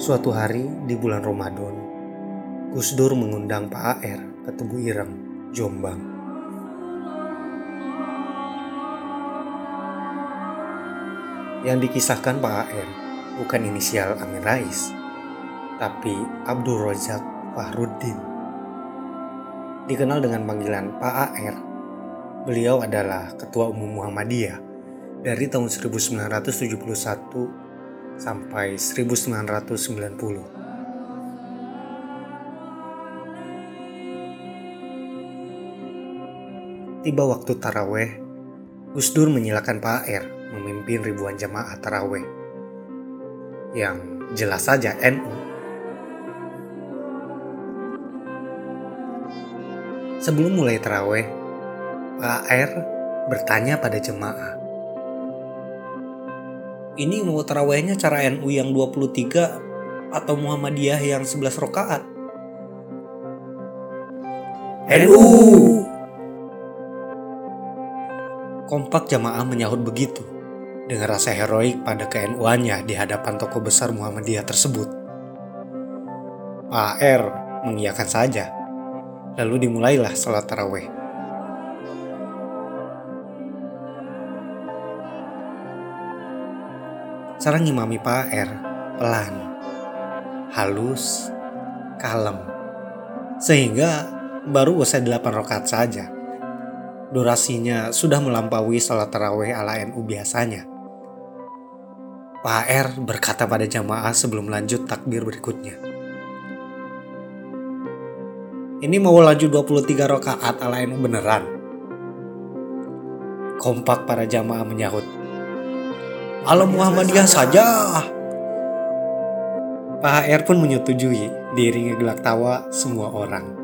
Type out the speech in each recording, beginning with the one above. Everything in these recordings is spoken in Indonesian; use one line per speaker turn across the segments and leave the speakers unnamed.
Suatu hari di bulan Ramadan, Gus Dur mengundang Pak AR ke Tugu Ireng, Jombang. Yang dikisahkan Pak AR bukan inisial Amin Rais, tapi Abdul Razak Fahruddin. Dikenal dengan panggilan Pak AR, beliau adalah Ketua Umum Muhammadiyah dari tahun 1971 sampai 1990. Tiba waktu taraweh, Gus Dur menyilakan Pak AR memimpin ribuan jamaah taraweh yang jelas saja NU. Sebelum mulai taraweh, Pak AR bertanya pada jemaah, "Ini mau tarawehnya cara NU yang 23 atau Muhammadiyah yang 11 rakaat?"
NU!
Kompak jamaah menyahut begitu dengan rasa heroik pada ke-NU-annya di hadapan tokoh besar Muhammadiyah tersebut. Pak AR mengiyakan saja, lalu dimulailah salat taraweh. Cara ngimami Pak AR pelan, halus, kalem, sehingga baru usai 8 rakaat saja. Durasinya sudah melampaui salat taraweh ala NU biasanya. Pak AR berkata pada jamaah sebelum lanjut takbir berikutnya, "Ini mau lanjut 23 rakaat ala NU beneran?" Kompak para jamaah menyahut, "Ala Muhammadiyah saja." Pak AR pun menyetujui, diiringi gelak tawa semua orang.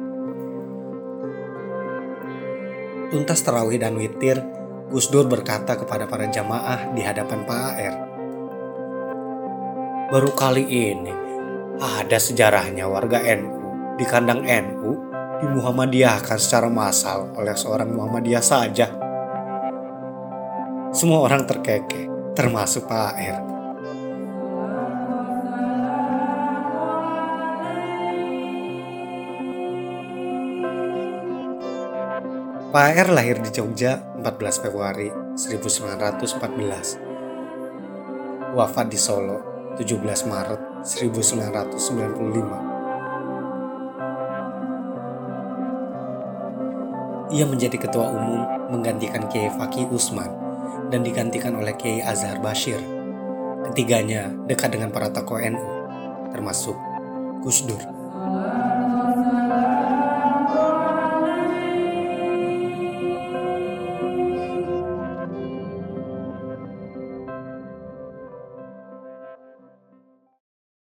Tuntas tarawih dan witir, Gus Dur berkata kepada para jamaah di hadapan Pak AR, "Baru kali ini ada sejarahnya warga NU di kandang NU dimuhammadiyahkan secara massal oleh seorang Muhammadiyah saja." Semua orang terkekeh, termasuk Pak AR. Pak AR lahir di Jogja 14 Februari 1914. Wafat di Solo 17 Maret 1995. Ia menjadi ketua umum menggantikan Kiai Fakih Usman dan digantikan oleh Kiai Azhar Bashir. Ketiganya dekat dengan para tokoh NU, termasuk Gus Dur.